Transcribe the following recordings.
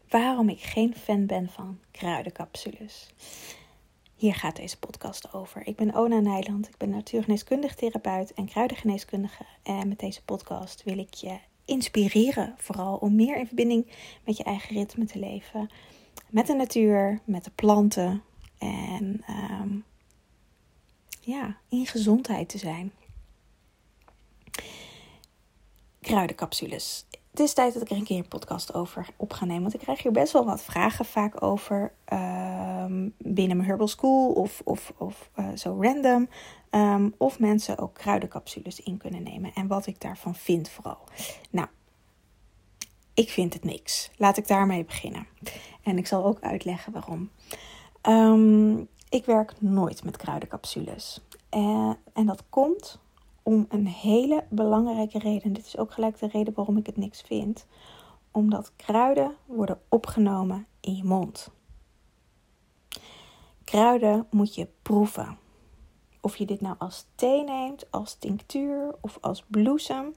waarom ik geen fan ben van kruidencapsules. Hier gaat deze podcast over. Ik ben Ona Nijland, ik ben natuurgeneeskundig therapeut en kruidengeneeskundige. En met deze podcast wil ik je inspireren, vooral om meer in verbinding met je eigen ritme te leven. Met de natuur, met de planten en in gezondheid te zijn. Kruidencapsules. Het is tijd dat ik er een keer een podcast over op ga nemen. Want ik krijg hier best wel wat vragen vaak over binnen mijn Herbal School of zo random. Of mensen ook kruidencapsules in kunnen nemen. En wat ik daarvan vind vooral. Nou, ik vind het niks. Laat ik daarmee beginnen. En ik zal ook uitleggen waarom. Ik werk nooit met kruidencapsules. En dat komt om een hele belangrijke reden. Dit is ook gelijk de reden waarom ik het niks vind. Omdat kruiden worden opgenomen in je mond. Kruiden moet je proeven. Of je dit nou als thee neemt, als tinctuur of als bloesem.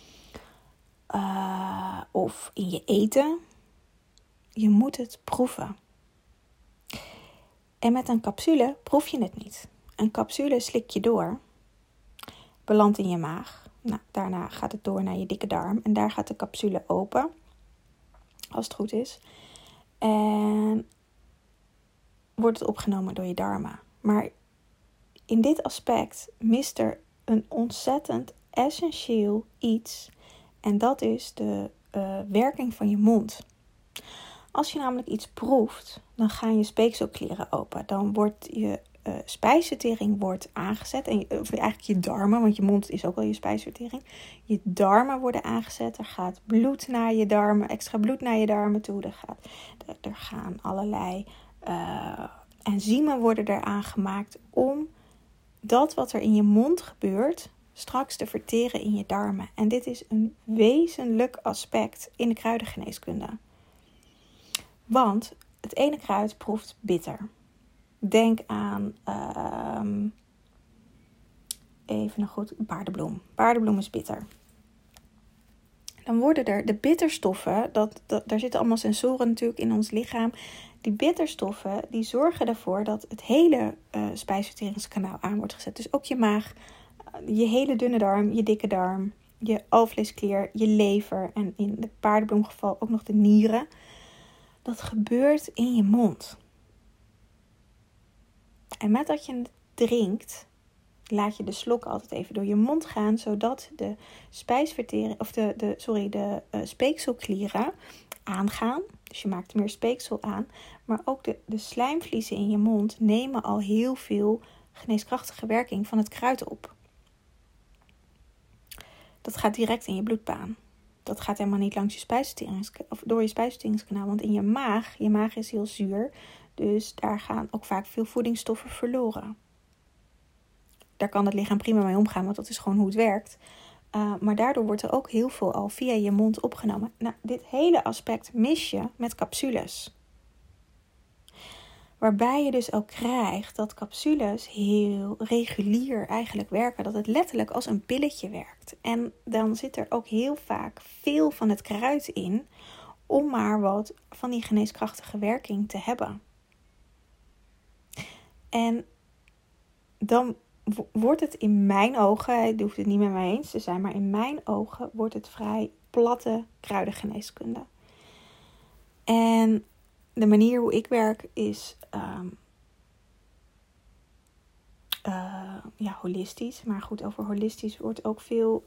Of in je eten. Je moet het proeven. En met een capsule proef je het niet. Een capsule slik je door. Belandt in je maag. Nou, daarna gaat het door naar je dikke darm. En daar gaat de capsule open. Als het goed is. En wordt het opgenomen door je darmen. Maar in dit aspect mist er een ontzettend essentieel iets. En dat is de werking van je mond. Als je namelijk iets proeft, dan gaan je speekselklieren open. Dan wordt je spijsvertering wordt aangezet. Of eigenlijk je darmen, want je mond is ook wel je spijsvertering. Je darmen worden aangezet. Er gaat bloed naar je darmen, extra bloed naar je darmen toe. Er gaan allerlei enzymen worden eraan gemaakt om dat wat er in je mond gebeurt straks te verteren in je darmen. En dit is een wezenlijk aspect in de kruidengeneeskunde. Want het ene kruid proeft bitter. Denk aan, paardenbloem. Paardenbloem is bitter. Dan worden er de bitterstoffen, daar zitten allemaal sensoren natuurlijk in ons lichaam. Die bitterstoffen die zorgen ervoor dat het hele spijsverteringskanaal aan wordt gezet. Dus ook je maag, je hele dunne darm, je dikke darm, je alvleesklier, je lever en in het paardenbloemgeval ook nog de nieren. Dat gebeurt in je mond. En met dat je het drinkt, laat je de slok altijd even door je mond gaan, zodat de spijsvertering of de speekselklieren aangaan. Dus je maakt meer speeksel aan, maar ook de slijmvliezen in je mond nemen al heel veel geneeskrachtige werking van het kruid op. Dat gaat direct in je bloedbaan. Dat gaat helemaal niet langs door je spijsverteringskanaal, want in je maag is heel zuur. Dus daar gaan ook vaak veel voedingsstoffen verloren. Daar kan het lichaam prima mee omgaan, want dat is gewoon hoe het werkt. Maar daardoor wordt er ook heel veel al via je mond opgenomen. Nou, dit hele aspect mis je met capsules. Waarbij je dus ook krijgt dat capsules heel regulier eigenlijk werken. Dat het letterlijk als een pilletje werkt. En dan zit er ook heel vaak veel van het kruid in om maar wat van die geneeskrachtige werking te hebben. En dan wordt het in mijn ogen, je hoeft het niet met mij eens te zijn, maar in mijn ogen wordt het vrij platte kruidengeneeskunde. En de manier hoe ik werk is holistisch. Maar goed, over holistisch wordt ook veel.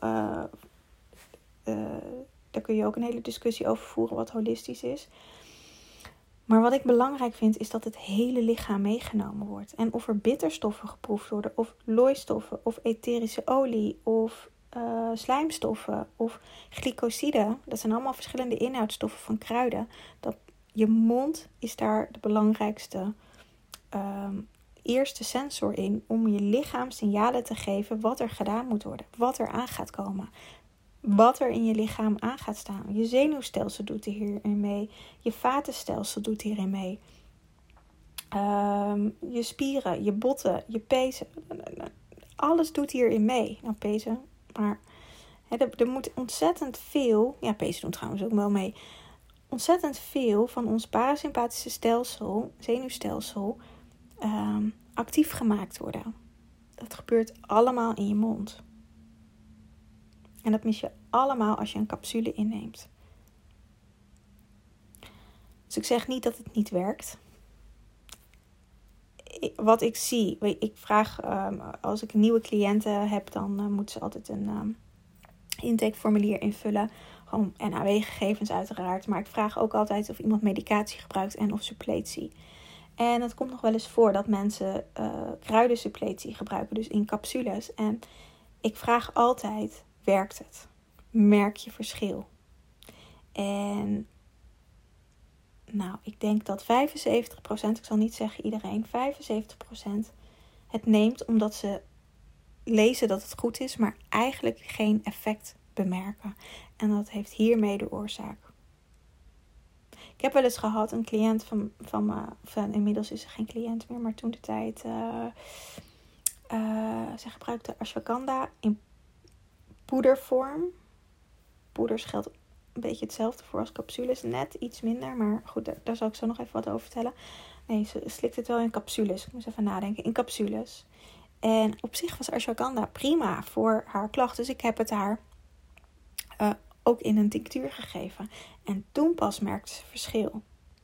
Daar kun je ook een hele discussie over voeren wat holistisch is. Maar wat ik belangrijk vind is dat het hele lichaam meegenomen wordt. En of er bitterstoffen geproefd worden, of looistoffen, of etherische olie, of slijmstoffen, of glycoside. Dat zijn allemaal verschillende inhoudstoffen van kruiden. Dat je mond is daar de belangrijkste eerste sensor in om je lichaam signalen te geven wat er gedaan moet worden, wat er aan gaat komen. Wat er in je lichaam aan gaat staan. Je zenuwstelsel doet hierin mee. Je vatenstelsel doet hierin mee. Je spieren, je botten, je pezen. Alles doet hierin mee. Nou, pezen. Maar er moet ontzettend veel. Ja, pezen doen trouwens ook wel mee. ontzettend veel van ons parasympathische stelsel, zenuwstelsel, actief gemaakt worden. Dat gebeurt allemaal in je mond. En dat mis je allemaal als je een capsule inneemt. Dus ik zeg niet dat het niet werkt. Wat ik zie, ik vraag, als ik nieuwe cliënten heb, dan moeten ze altijd een intakeformulier invullen. Gewoon NAW-gegevens uiteraard. Maar ik vraag ook altijd of iemand medicatie gebruikt en of suppletie. En het komt nog wel eens voor dat mensen kruidensuppletie gebruiken. Dus in capsules. En ik vraag altijd, werkt het? Merk je verschil? En nou, ik denk dat 75%, ik zal niet zeggen iedereen, 75% het neemt omdat ze lezen dat het goed is, maar eigenlijk geen effect bemerken. En dat heeft hiermee de oorzaak. Ik heb wel eens gehad, een cliënt van me, inmiddels is ze geen cliënt meer, maar toen de tijd, ze gebruikte ashwagandha in poedervorm. Poeders geldt een beetje hetzelfde voor als capsules, net iets minder, maar goed, daar zal ik zo nog even wat over vertellen. Nee, ze slikt het wel in capsules. Ik moest even nadenken, in capsules. En op zich was ashwagandha prima voor haar klachten, dus ik heb het haar ook in een tinctuur gegeven. En toen pas merkte ze verschil.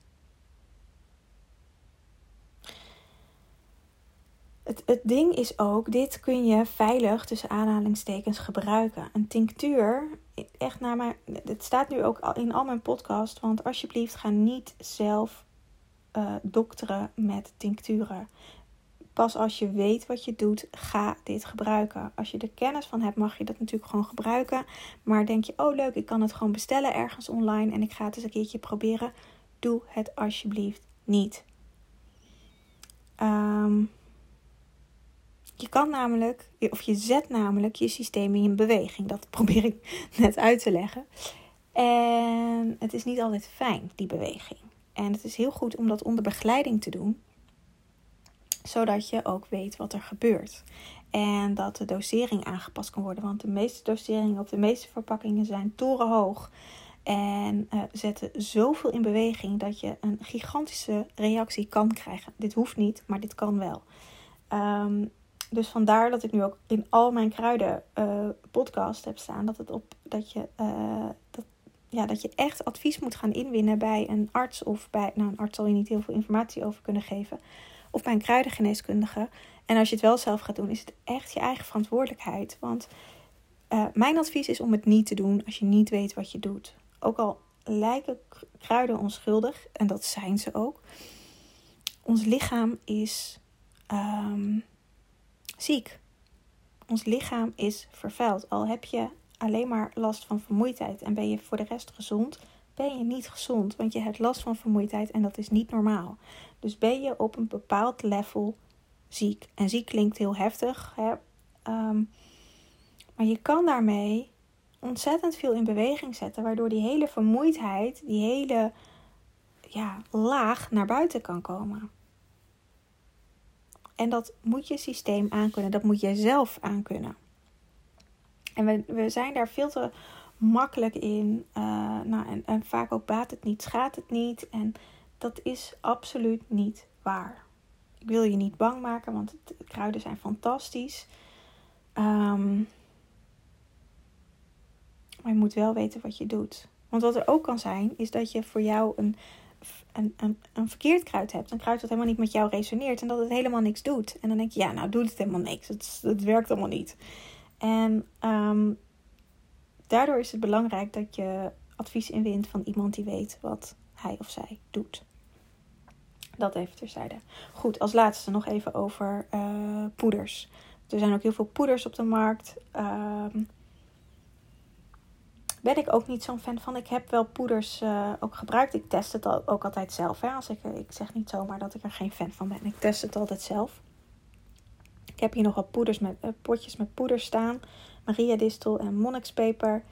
Het ding is ook, dit kun je veilig tussen aanhalingstekens gebruiken. Een tinctuur, echt het staat nu ook in al mijn podcast, want alsjeblieft ga niet zelf dokteren met tincturen. Pas als je weet wat je doet, ga dit gebruiken. Als je er kennis van hebt, mag je dat natuurlijk gewoon gebruiken. Maar denk je, oh leuk, ik kan het gewoon bestellen ergens online en ik ga het eens een keertje proberen. Doe het alsjeblieft niet. Je kan namelijk, of je zet namelijk je systeem in beweging. Dat probeer ik net uit te leggen. En het is niet altijd fijn, die beweging. En het is heel goed om dat onder begeleiding te doen. Zodat je ook weet wat er gebeurt. En dat de dosering aangepast kan worden. Want de meeste doseringen op de meeste verpakkingen zijn torenhoog. En zetten zoveel in beweging dat je een gigantische reactie kan krijgen. Dit hoeft niet, maar dit kan wel. Dus vandaar dat ik nu ook in al mijn kruiden podcast heb staan. Dat je echt advies moet gaan inwinnen bij een arts. Of bij, een arts zal je niet heel veel informatie over kunnen geven. Of bij een kruidengeneeskundige. En als je het wel zelf gaat doen, is het echt je eigen verantwoordelijkheid. Want mijn advies is om het niet te doen als je niet weet wat je doet. Ook al lijken kruiden onschuldig, en dat zijn ze ook. Ons lichaam is ziek. Ons lichaam is vervuild. Al heb je alleen maar last van vermoeidheid en ben je voor de rest gezond, ben je niet gezond. Want je hebt last van vermoeidheid en dat is niet normaal. Dus ben je op een bepaald level ziek. En ziek klinkt heel heftig. Hè? Maar je kan daarmee ontzettend veel in beweging zetten. Waardoor die hele vermoeidheid, die hele laag naar buiten kan komen. En dat moet je systeem aankunnen. Dat moet jij zelf aankunnen. En we zijn daar veel te makkelijk in. En vaak ook baat het niet, schaadt het niet. En dat is absoluut niet waar. Ik wil je niet bang maken, want de kruiden zijn fantastisch. Maar je moet wel weten wat je doet. Want wat er ook kan zijn, is dat je voor jou een verkeerd kruid hebt. Een kruid dat helemaal niet met jou resoneert. En dat het helemaal niks doet. En dan denk je, doet het helemaal niks. Het werkt allemaal niet. En daardoor is het belangrijk dat je advies inwint van iemand die weet wat hij of zij doet. Dat even terzijde. Goed, als laatste nog even over poeders. Er zijn ook heel veel poeders op de markt. Ben ik ook niet zo'n fan van. Ik heb wel poeders ook gebruikt. Ik test het ook altijd zelf. Hè? Ik zeg niet zomaar dat ik er geen fan van ben. Ik test het altijd zelf. Ik heb hier nog wat potjes met poeders staan. Maria distel en monnikspeper.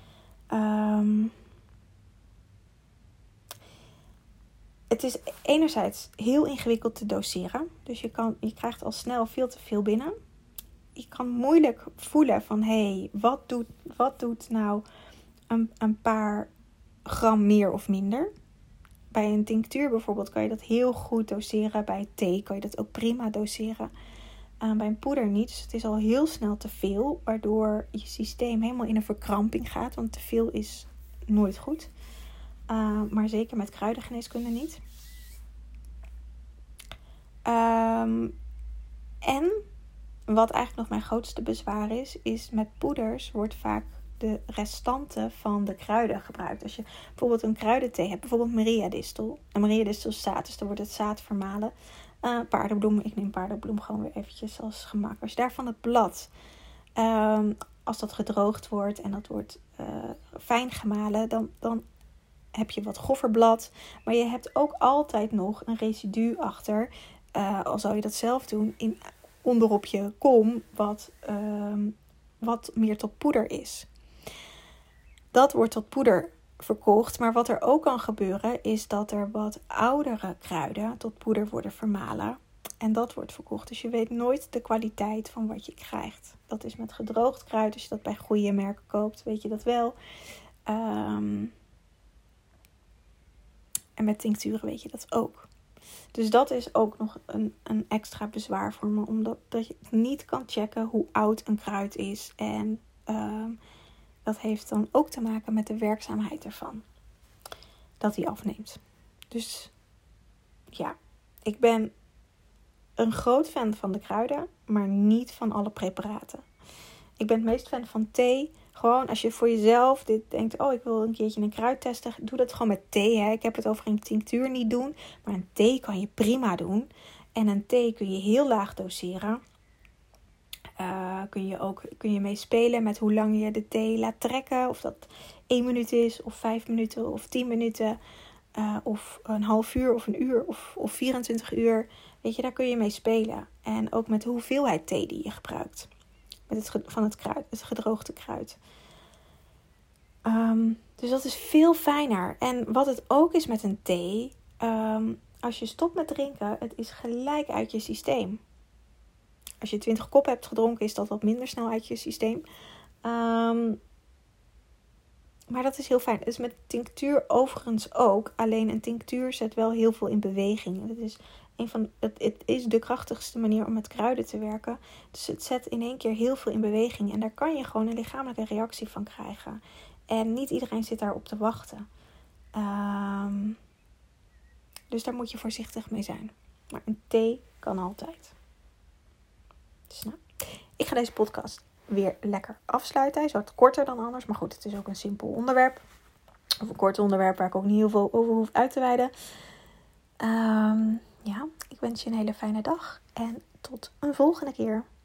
Het is enerzijds heel ingewikkeld te doseren. Dus je krijgt al snel veel te veel binnen. Je kan moeilijk voelen van wat doet nou een paar gram meer of minder. Bij een tinctuur bijvoorbeeld kan je dat heel goed doseren. Bij thee kan je dat ook prima doseren. Bij een poeder niet. Dus het is al heel snel te veel. Waardoor je systeem helemaal in een verkramping gaat. Want te veel is nooit goed. Maar zeker met kruidengeneeskunde niet. En wat eigenlijk nog mijn grootste bezwaar is met poeders wordt vaak de restanten van de kruiden gebruikt. Als je bijvoorbeeld een kruidenthee hebt, bijvoorbeeld Maria-distel. En Maria-distel is zaad, dus dan wordt het zaad vermalen. Paardenbloem, ik neem paardenbloem gewoon weer eventjes als gemak. Als je daarvan het blad, als dat gedroogd wordt en dat wordt fijn gemalen, dan heb je wat goffer blad. Maar je hebt ook altijd nog een residu achter, al zou je dat zelf doen, onderop je kom, wat meer tot poeder is. Dat wordt tot poeder verkocht. Maar wat er ook kan gebeuren is dat er wat oudere kruiden tot poeder worden vermalen. En dat wordt verkocht. Dus je weet nooit de kwaliteit van wat je krijgt. Dat is met gedroogd kruid. Als je dat bij goede merken koopt, weet je dat wel. En met tincturen weet je dat ook. Dus dat is ook nog een extra bezwaar voor me. Omdat dat je niet kan checken hoe oud een kruid is. En dat heeft dan ook te maken met de werkzaamheid ervan. Dat die afneemt. Dus ja, ik ben een groot fan van de kruiden. Maar niet van alle preparaten. Ik ben het meest fan van thee. Gewoon als je voor jezelf denkt, ik wil een keertje een kruid testen. Doe dat gewoon met thee. Hè. Ik heb het over een tinctuur niet doen. Maar een thee kan je prima doen. En een thee kun je heel laag doseren. Kun je mee spelen met hoe lang je de thee laat trekken. Of dat 1 minuut is, of 5 minuten, of 10 minuten. Of een half uur, of een uur, of 24 uur. Weet je, daar kun je mee spelen. En ook met de hoeveelheid thee die je gebruikt. Van het kruid, het gedroogde kruid. Dus dat is veel fijner. En wat het ook is met een thee. Als je stopt met drinken, het is gelijk uit je systeem. Als je 20 koppen hebt gedronken, is dat wat minder snel uit je systeem. Maar dat is heel fijn. Het is met tinctuur overigens ook. Alleen een tinctuur zet wel heel veel in beweging. Het is de krachtigste manier om met kruiden te werken. Dus het zet in één keer heel veel in beweging. En daar kan je gewoon een lichamelijke reactie van krijgen. En niet iedereen zit daarop te wachten. Dus daar moet je voorzichtig mee zijn. Maar een thee kan altijd. Dus nou, ik ga deze podcast weer lekker afsluiten. Hij is wat korter dan anders. Maar goed, het is ook een simpel onderwerp. Of een kort onderwerp waar ik ook niet heel veel over hoef uit te wijden. Ja, ik wens je een hele fijne dag. En tot een volgende keer.